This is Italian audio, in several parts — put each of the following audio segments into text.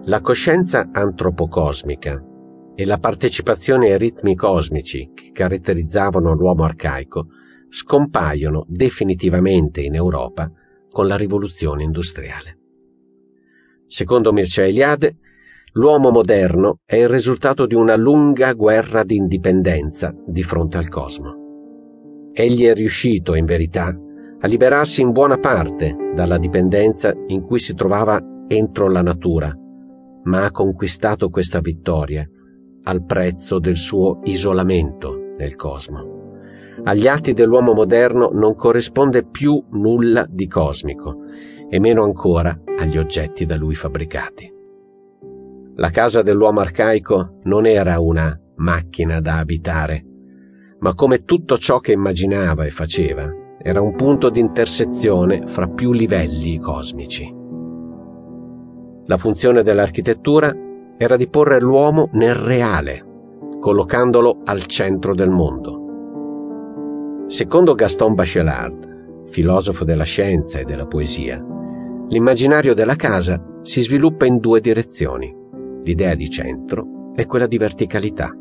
La coscienza antropocosmica e la partecipazione ai ritmi cosmici che caratterizzavano l'uomo arcaico scompaiono definitivamente in Europa con la rivoluzione industriale. Secondo Mircea Eliade, l'uomo moderno è il risultato di una lunga guerra di indipendenza di fronte al cosmo. Egli è riuscito, in verità, a liberarsi in buona parte dalla dipendenza in cui si trovava entro la natura, ma ha conquistato questa vittoria al prezzo del suo isolamento nel cosmo. Agli atti dell'uomo moderno non corrisponde più nulla di cosmico, e meno ancora agli oggetti da lui fabbricati. La casa dell'uomo arcaico non era una macchina da abitare, ma come tutto ciò che immaginava e faceva, era un punto di intersezione fra più livelli cosmici. La funzione dell'architettura era di porre l'uomo nel reale, collocandolo al centro del mondo. Secondo Gaston Bachelard, filosofo della scienza e della poesia, l'immaginario della casa si sviluppa in due direzioni, l'idea di centro e quella di verticalità.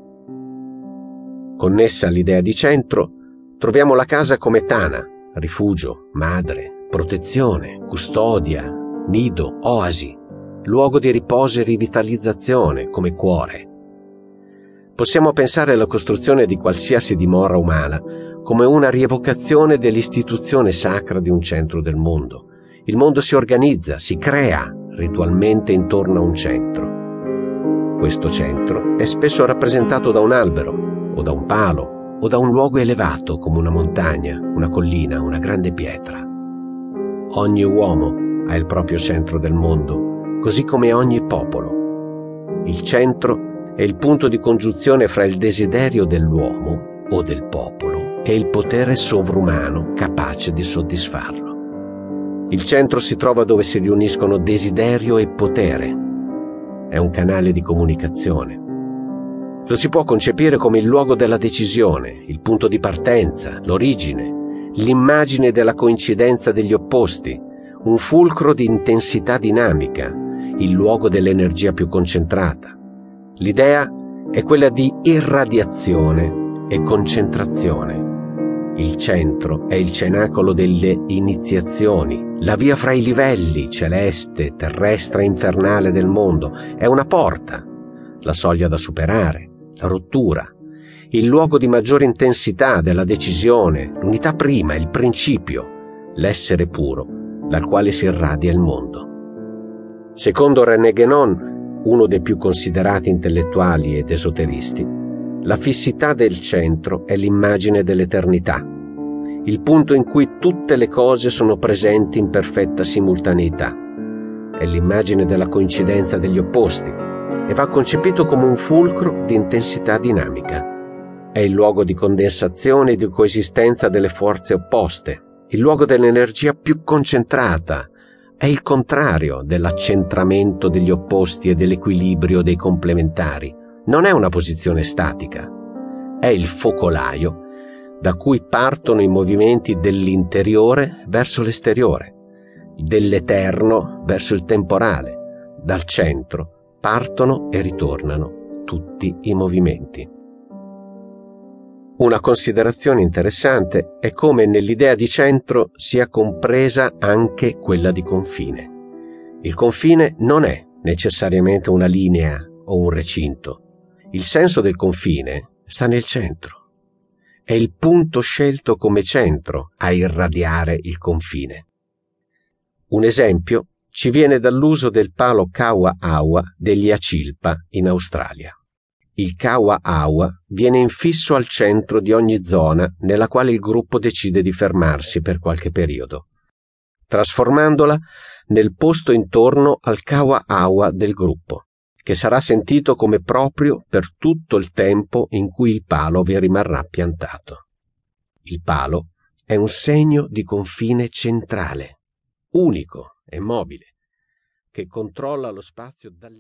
Connessa all'idea di centro, troviamo la casa come tana, rifugio, madre, protezione, custodia, nido, oasi, luogo di riposo e rivitalizzazione come cuore. Possiamo pensare alla costruzione di qualsiasi dimora umana come una rievocazione dell'istituzione sacra di un centro del mondo. Il mondo si organizza, si crea ritualmente intorno a un centro. Questo centro è spesso rappresentato da un albero, o da un palo, o da un luogo elevato come una montagna, una collina, una grande pietra. Ogni uomo ha il proprio centro del mondo, così come ogni popolo. Il centro è il punto di congiunzione fra il desiderio dell'uomo o del popolo e il potere sovrumano capace di soddisfarlo. Il centro si trova dove si riuniscono desiderio e potere. È un canale di comunicazione. Lo si può concepire come il luogo della decisione, il punto di partenza, l'origine, l'immagine della coincidenza degli opposti, un fulcro di intensità dinamica, il luogo dell'energia più concentrata. L'idea è quella di irradiazione e concentrazione. Il centro è il cenacolo delle iniziazioni, la via fra i livelli celeste, terrestre e infernale del mondo. È una porta, la soglia da superare, la rottura, il luogo di maggiore intensità della decisione, l'unità prima, il principio, l'essere puro, dal quale si irradia il mondo. Secondo René Guénon, uno dei più considerati intellettuali ed esoteristi, la fissità del centro è l'immagine dell'eternità, il punto in cui tutte le cose sono presenti in perfetta simultaneità. È l'immagine della coincidenza degli opposti e va concepito come un fulcro di intensità dinamica. È il luogo di condensazione e di coesistenza delle forze opposte, il luogo dell'energia più concentrata. È il contrario dell'accentramento degli opposti e dell'equilibrio dei complementari. Non è una posizione statica, è il focolaio da cui partono i movimenti dell'interiore verso l'esteriore, dell'eterno verso il temporale. Dal centro partono e ritornano tutti i movimenti. Una considerazione interessante è come nell'idea di centro sia compresa anche quella di confine. Il confine non è necessariamente una linea o un recinto. Il senso del confine sta nel centro. È il punto scelto come centro a irradiare il confine. Un esempio ci viene dall'uso del palo Kawa-Awa degli Acilpa in Australia. Il Kawa-Awa viene infisso al centro di ogni zona nella quale il gruppo decide di fermarsi per qualche periodo, trasformandola nel posto intorno al Kawa-Awa del gruppo, che sarà sentito come proprio per tutto il tempo in cui il palo vi rimarrà piantato. Il palo è un segno di confine centrale, unico e mobile, che controlla lo spazio